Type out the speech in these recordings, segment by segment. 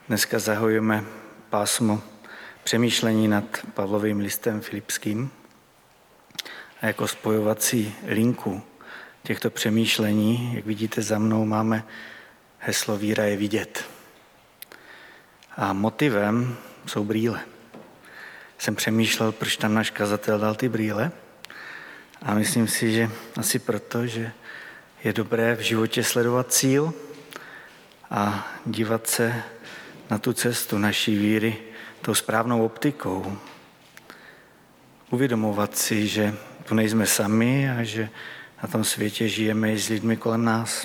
Dneska zahajujeme pásmo přemýšlení nad Pavlovým listem Filipským a jako spojovací linku těchto přemýšlení, jak vidíte za mnou, máme heslo Víra je vidět. A motivem jsou brýle. Jsem přemýšlel, proč tam náš kazatel dal ty brýle a myslím si, že asi proto, že je dobré v životě sledovat cíl a dívat se na tu cestu naší víry tou správnou optikou. Uvědomovat si, že tu nejsme sami a že na tom světě žijeme i s lidmi kolem nás.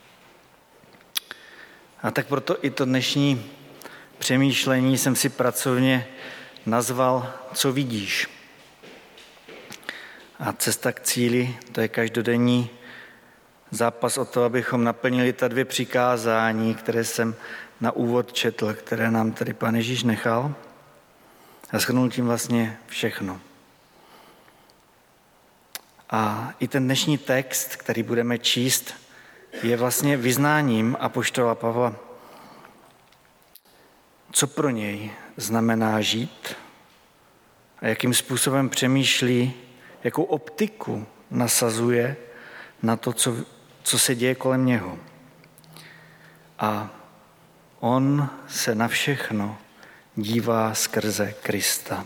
A tak proto i to dnešní přemýšlení jsem si pracovně nazval Co vidíš? A cesta k cíli, to je každodenní zápas o to, abychom naplnili ta 2 přikázání, které jsem na úvod četl, které nám tady Pán Ježíš nechal a shrnul tím vlastně všechno. A i ten dnešní text, který budeme číst, je vlastně vyznáním apoštola Pavla. Co pro něj znamená žít a jakým způsobem přemýšlí, jakou optiku nasazuje na to, co se děje kolem něho. A on se na všechno dívá skrze Krista.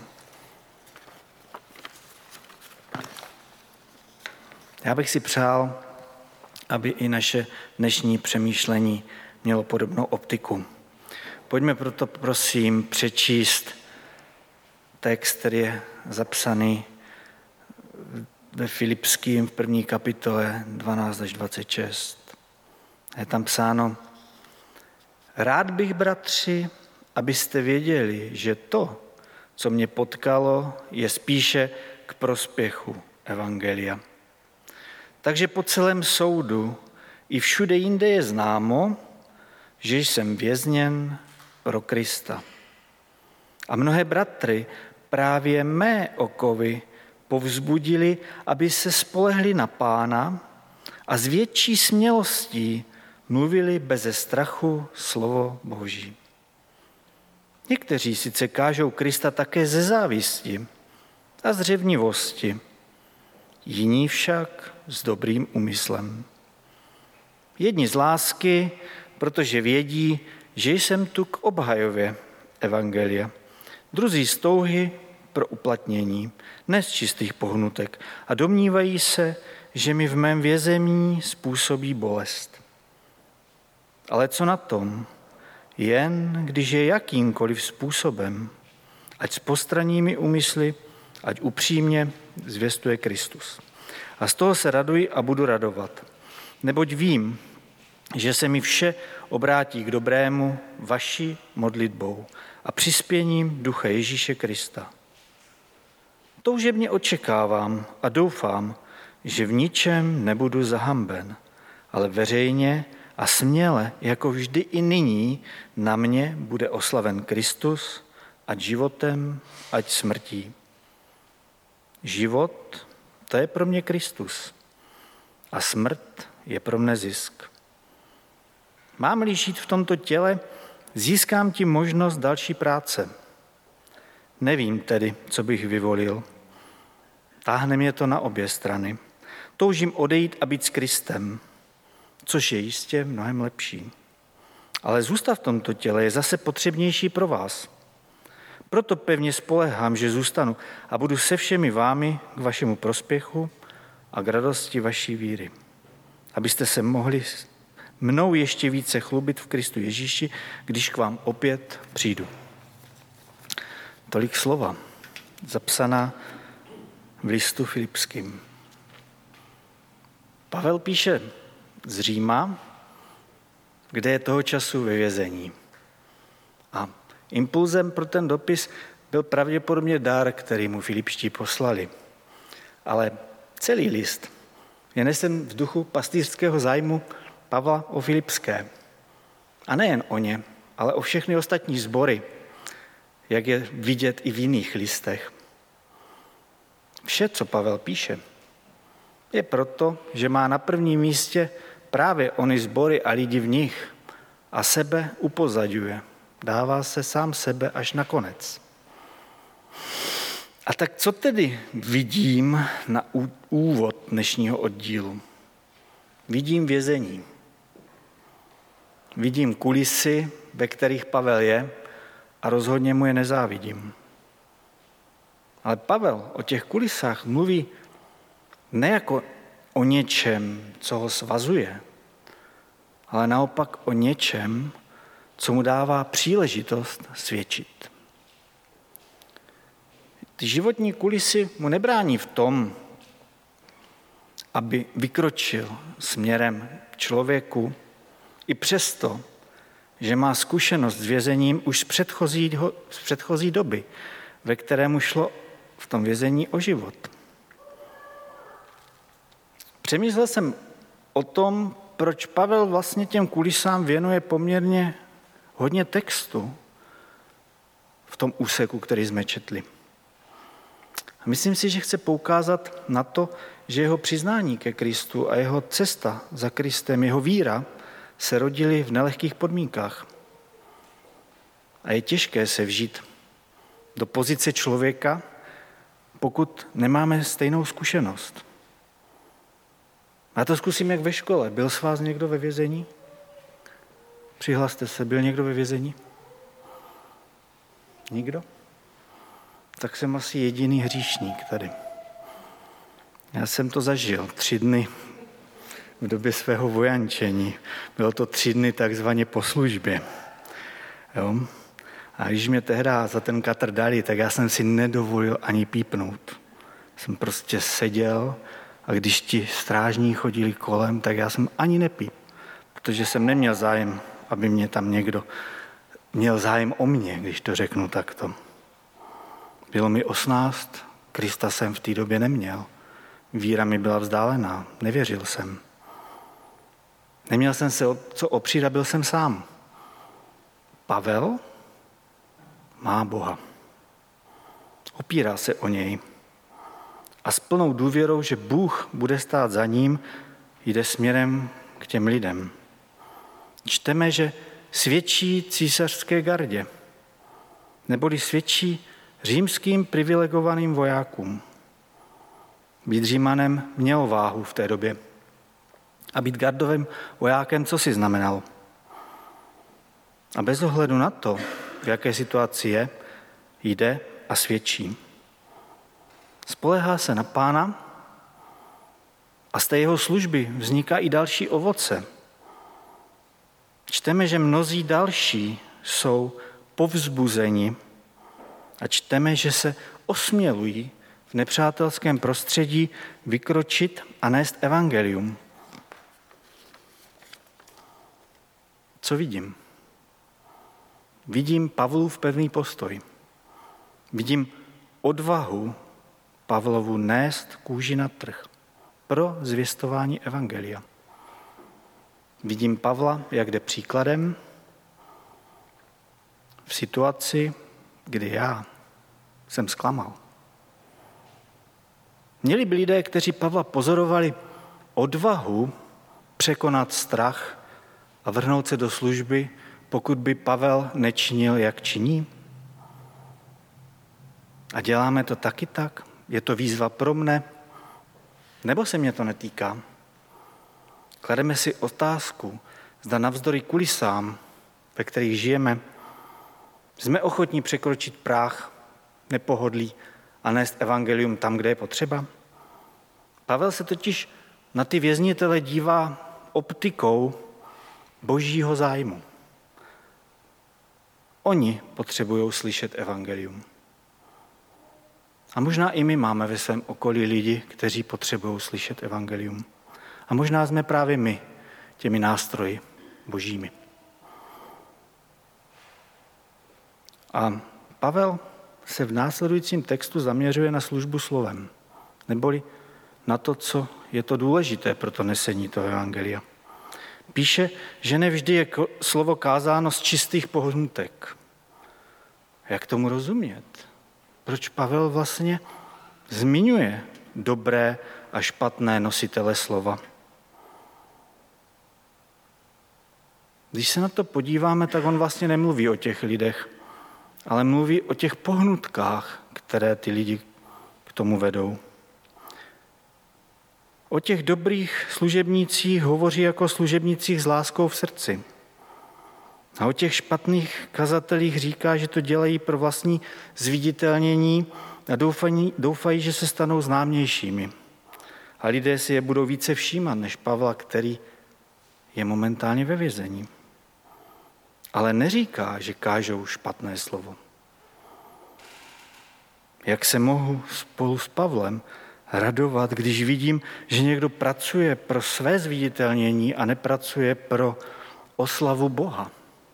Já bych si přál, aby i naše dnešní přemýšlení mělo podobnou optiku. Pojďme proto prosím přečíst text, který je zapsaný ve Filipským v 1. kapitole 12 až 26. Je tam psáno: Rád bych, bratři, abyste věděli, že to, co mě potkalo, je spíše k prospěchu evangelia. Takže po celém soudu i všude jinde je známo, že jsem vězněn pro Krista. A mnohé bratry právě mé okovy povzbudili, aby se spolehli na Pána a s větší smělostí mluvili beze strachu slovo Boží. Někteří sice kážou Krista také ze závisti a z řevnivosti, jiní však s dobrým úmyslem. Jedni z lásky, protože vědí, že jsem tu k obhajově evangelia. Druzí z touhy pro uplatnění, ne z čistých pohnutek, a domnívají se, že mi v mém vězení způsobí bolest. Ale co na tom? Jen když je jakýmkoliv způsobem, ať s postranními úmysly, ať upřímně zvěstuje Kristus. A z toho se raduji a budu radovat, neboť vím, že se mi vše obrátí k dobrému vaší modlitbou a přispěním Ducha Ježíše Krista. Toužebně očekávám a doufám, že v ničem nebudu zahamben, ale veřejně a směle, jako vždy i nyní, na mě bude oslaven Kristus, ať životem, ať smrtí. Život, to je pro mě Kristus a smrt je pro mne zisk. Mám-li žít v tomto těle, získám tím možnost další práce. Nevím tedy, co bych vyvolil. Táhne mě to na obě strany. Toužím odejít a být s Kristem, což je jistě mnohem lepší. Ale zůstat v tomto těle je zase potřebnější pro vás. Proto pevně spoléhám, že zůstanu a budu se všemi vámi k vašemu prospěchu a k radosti vaší víry. Abyste se mohli mnou ještě více chlubit v Kristu Ježíši, když k vám opět přijdu. Tolik slova, zapsaná v listu Filipským. Pavel píše z Říma, kde je toho času ve vězení. A impulzem pro ten dopis byl pravděpodobně dar, který mu Filipští poslali. Ale celý list je nesen v duchu pastýřského zájmu Pavla o Filipské. A nejen o ně, ale o všechny ostatní sbory, jak je vidět i v jiných listech. Vše, co Pavel píše, je proto, že má na prvním místě právě ony sbory a lidi v nich a sebe upozaďuje Dává se sám sebe až na konec. A tak co tedy vidím na úvod dnešního oddílu? Vidím vězení. Vidím kulisy, ve kterých Pavel je, a rozhodně mu je nezávidím. Ale Pavel o těch kulisách mluví ne jako o něčem, co ho svazuje, ale naopak o něčem, co mu dává příležitost svědčit. Ty životní kulisy mu nebrání v tom, aby vykročil směrem k člověku, i přesto, že má zkušenost s vězením už z předchozí doby, ve kterému šlo v tom vězení o život. Přemýšlel jsem o tom, proč Pavel vlastně těm kulisám věnuje poměrně hodně textu v tom úseku, který jsme četli. A myslím si, že chce poukázat na to, že jeho přiznání ke Kristu a jeho cesta za Kristem, jeho víra se rodily v nelehkých podmínkách. A je těžké se vžít do pozice člověka, pokud nemáme stejnou zkušenost. Já to zkusím jak ve škole. Byl z vás někdo ve vězení? Přihlaste se, byl někdo ve vězení? Nikdo? Tak jsem asi jediný hříšník tady. Já jsem to zažil 3 dny v době svého vojančení. Bylo to 3 dny takzvaně po službě. Jo? A když mě tehdy za ten katr dali, tak já jsem si nedovolil ani pípnout. Jsem prostě seděl a když ti strážní chodili kolem, tak já jsem ani nepíp, protože jsem neměl zájem, aby mě tam někdo měl zájem o mě, když to řeknu takto. Bylo mi 18, Krista jsem v té době neměl. Víra mi byla vzdálená, nevěřil jsem. Neměl jsem se co opřít a byl jsem sám. Pavel má Boha. Opírá se o něj. A s plnou důvěrou, že Bůh bude stát za ním, jde směrem k těm lidem. Čteme, že svědčí císařské gardě, neboli svědčí římským privilegovaným vojákům. Být Římanem mělo váhu v té době. A být gardovým vojákem, co si znamenalo? A bez ohledu na to, v jaké situaci je, jde a svědčí. Spoléhá se na Pána a z té jeho služby vzniká i další ovoce. Čteme, že mnozí další jsou povzbuzeni a čteme, že se osmělují v nepřátelském prostředí vykročit a nést evangelium. Co vidím? Vidím Pavlův pevný postoj. Vidím odvahu Pavlovu nést kůži na trh pro zvěstování evangelia. Vidím Pavla, jak jde příkladem v situaci, kdy já jsem zklamal. Měli by lidé, kteří Pavla pozorovali, odvahu překonat strach a vrhnout se do služby, pokud by Pavel nečinil, jak činí? A děláme to taky tak? Je to výzva pro mne? Nebo se mě to netýká? Klademe si otázku, zda navzdory kulisám, ve kterých žijeme, jsme ochotní překročit práh nepohodlí a nést evangelium tam, kde je potřeba? Pavel se totiž na ty věznitele dívá optikou božího zájmu. Oni potřebují slyšet evangelium. A možná i my máme ve svém okolí lidi, kteří potřebují slyšet evangelium. A možná jsme právě my těmi nástroji božími. A Pavel se v následujícím textu zaměřuje na službu slovem, neboli na to, co je to důležité pro to nesení toho evangelia. Píše, že nevždy je slovo kázáno z čistých pohnutek. Jak tomu rozumět? Proč Pavel vlastně zmiňuje dobré a špatné nositele slova? Když se na to podíváme, tak on vlastně nemluví o těch lidech, ale mluví o těch pohnutkách, které ty lidi k tomu vedou. O těch dobrých služebnících hovoří jako služebnících s láskou v srdci. A o těch špatných kazatelích říká, že to dělají pro vlastní zviditelnění a doufají, že se stanou známějšími. A lidé si je budou více všímat než Pavla, který je momentálně ve vězení. Ale neříká, že kážou špatné slovo. Jak se mohu spolu s Pavlem radovat, když vidím, že někdo pracuje pro své zviditelnění a nepracuje pro oslavu Boha?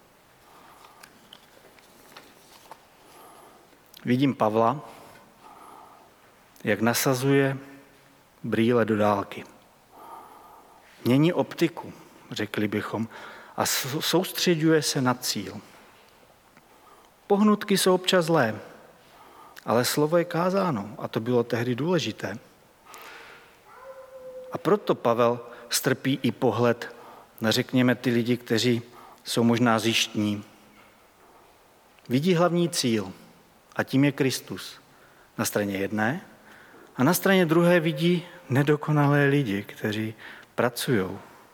Vidím Pavla, jak nasazuje brýle do dálky. Mění optiku, řekli bychom, a soustředuje se na cíl. Pohnutky jsou občas zlé, ale slovo je kázáno a to bylo tehdy důležité. A proto Pavel strpí i pohled na, řekněme, ty lidi, kteří jsou možná zištní. Vidí hlavní cíl a tím je Kristus. Na straně jedné a na straně druhé vidí nedokonalé lidi, kteří pracují.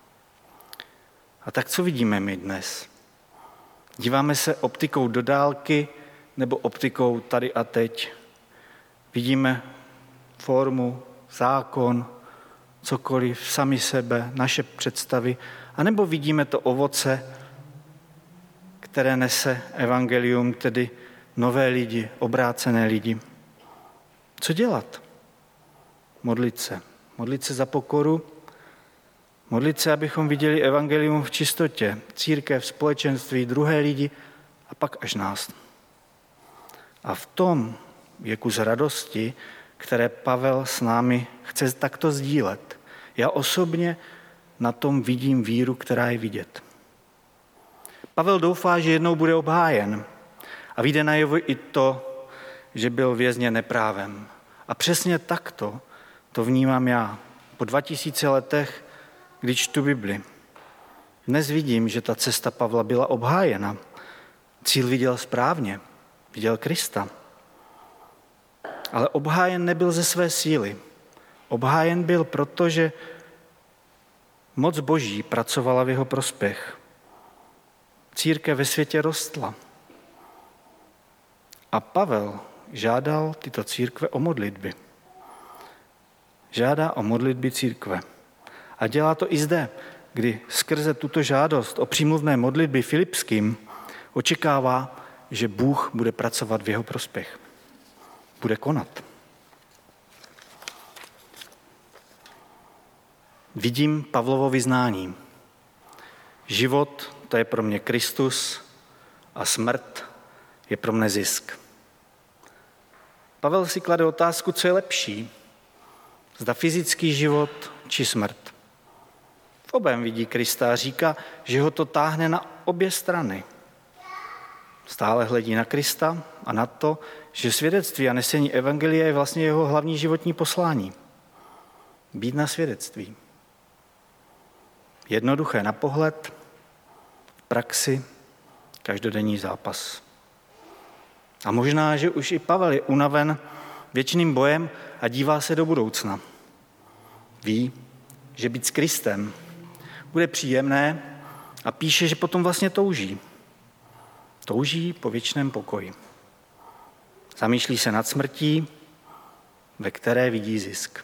A tak co vidíme my dnes? Díváme se optikou do dálky nebo optikou tady a teď? Vidíme formu, zákon, cokoliv, sami sebe, naše představy, anebo vidíme to ovoce, které nese evangelium, tedy nové lidi, obrácené lidi. Co dělat? Modlit se. Modlit se za pokoru, modlit se, abychom viděli evangelium v čistotě, církev, společenství, druhé lidi a pak až nás. A v tom je kus radosti, které Pavel s námi chce takto sdílet. Já osobně na tom vidím víru, která je vidět. Pavel doufá, že jednou bude obhájen a vyjde najevo i to, že byl vězněn neprávem. A přesně takto to vnímám já. Po 2000 letech, když čtu Bibli. Dnes vidím, že ta cesta Pavla byla obhájena. Cíl viděl správně, viděl Krista. Ale obhájen nebyl ze své síly. Obhájen byl, protože moc Boží pracovala v jeho prospěch. Církev ve světě rostla. A Pavel žádal tyto církve o modlitby. Žádá o modlitby církve. A dělá to i zde, kdy skrze tuto žádost o přímluvné modlitby Filipským očekává, že Bůh bude pracovat v jeho prospěch. Bude konat. Vidím Pavlovo vyznání. Život, to je pro mě Kristus a smrt je pro mne zisk. Pavel si klade otázku, co je lepší. Zda fyzický život či smrt. V obém vidí Krista a říká, že ho to táhne na obě strany. Stále hledí na Krista a na to, že svědectví a nesení evangelia je vlastně jeho hlavní životní poslání. Být na svědectví. Jednoduché na pohled, v praxi, každodenní zápas. A možná, že už i Pavel je unaven věčným bojem a dívá se do budoucna. Ví, že být s Kristem bude příjemné a píše, že potom vlastně touží. Touží po věčném pokoji. Zamýšlí se nad smrtí, ve které vidí zisk.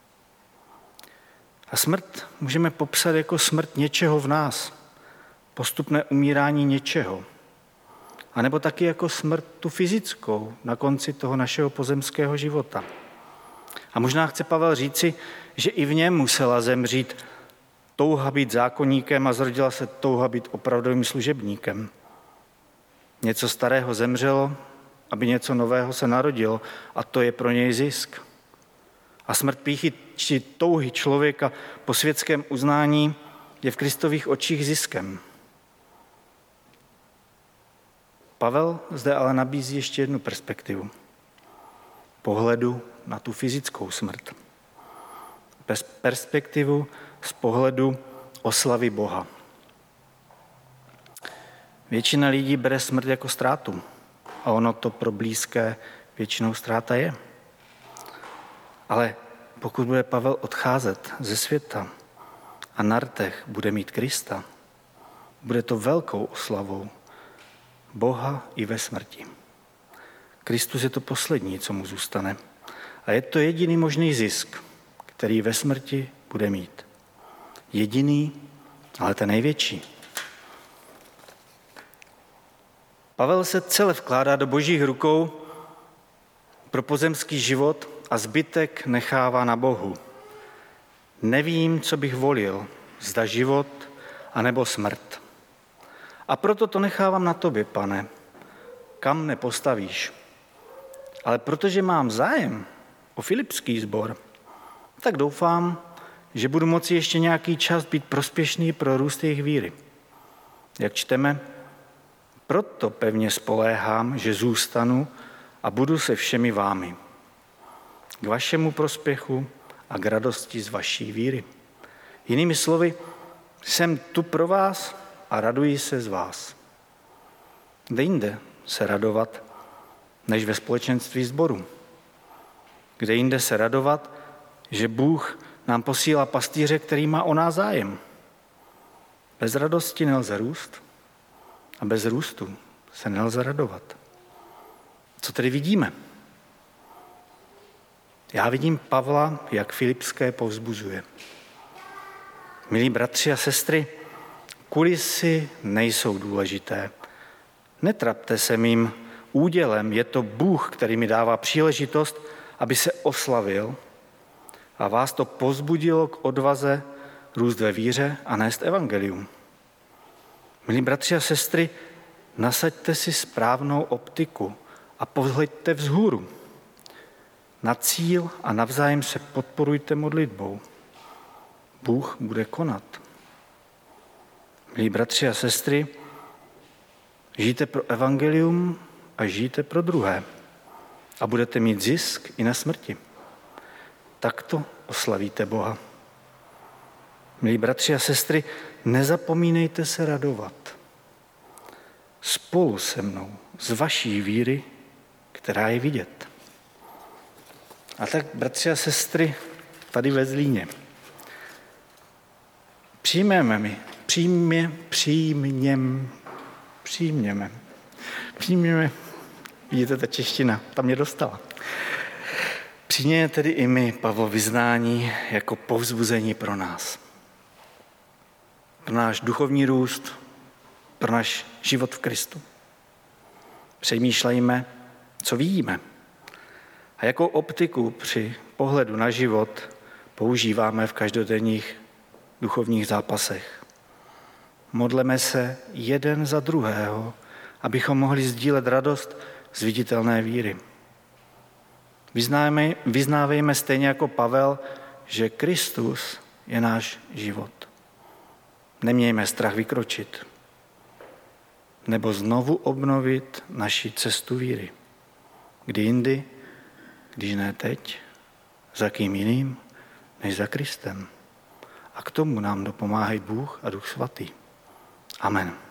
A smrt můžeme popsat jako smrt něčeho v nás, postupné umírání něčeho. A nebo taky jako smrt tu fyzickou na konci toho našeho pozemského života. A možná chce Pavel říci, že i v něm musela zemřít touha být zákonníkem a zrodila se touha být opravdovým služebníkem. Něco starého zemřelo, aby něco nového se narodilo a to je pro něj zisk. A smrt pýchy či touhy člověka po světském uznání je v Kristových očích ziskem. Pavel zde ale nabízí ještě jednu perspektivu. Pohledu na tu fyzickou smrt. Perspektivu z pohledu oslavy Boha. Většina lidí bere smrt jako ztrátu a ono to pro blízké většinou ztráta je. Ale pokud bude Pavel odcházet ze světa a na rtech bude mít Krista, bude to velkou oslavou Boha i ve smrti. Kristus je to poslední, co mu zůstane. A je to jediný možný zisk, který ve smrti bude mít. Jediný, ale ten největší. Pavel se celé vkládá do Božích rukou pro pozemský život a zbytek nechává na Bohu. Nevím, co bych volil, zda život anebo smrt. A proto to nechávám na tobě, Pane, kam mne postavíš. Ale protože mám zájem o filipský sbor, tak doufám, že budu moci ještě nějaký čas být prospěšný pro růst jejich víry. Jak čteme, proto pevně spoléhám, že zůstanu a budu se všemi vámi. K vašemu prospěchu a k radosti z vaší víry. Jinými slovy, jsem tu pro vás a raduji se z vás. Kde jinde se radovat, než ve společenství sboru? Kde jinde se radovat, že Bůh nám posílá pastýře, který má o nás zájem? Bez radosti nelze růst a bez růstu se nelze radovat. Co tedy vidíme? Já vidím Pavla, jak Filipské povzbuzuje. Milí bratři a sestry, kulisy nejsou důležité. Netrapte se mým údělem, je to Bůh, který mi dává příležitost, aby se oslavil a vás to povzbudilo k odvaze růst ve víře a nést evangelium. Milí bratři a sestry, nasaďte si správnou optiku a pohleďte vzhůru. Na cíl a navzájem se podporujte modlitbou. Bůh bude konat. Milí bratři a sestry, žijte pro evangelium a žijte pro druhé. A budete mít zisk i na smrti. Takto oslavíte Boha. Milí bratři a sestry, nezapomínejte se radovat. Spolu se mnou z vaší víry, která je vidět. A tak, bratři a sestry, tady ve Zlíně, přijměme, vidíte, ta čeština, tam mě dostala. Přijměme tedy i my Pavlovo vyznání jako povzbuzení pro nás. Pro náš duchovní růst, pro náš život v Kristu. Přemýšlejme, co vidíme a jakou optiku při pohledu na život používáme v každodenních duchovních zápasech. Modleme se jeden za druhého, abychom mohli sdílet radost z viditelné víry. Vyznávejme stejně jako Pavel, že Kristus je náš život. Nemějme strach vykročit nebo znovu obnovit naši cestu víry. Kdy jindy, když ne teď, za kým jiným, než za Kristem. A k tomu nám dopomáhají Bůh a Duch Svatý. Amen.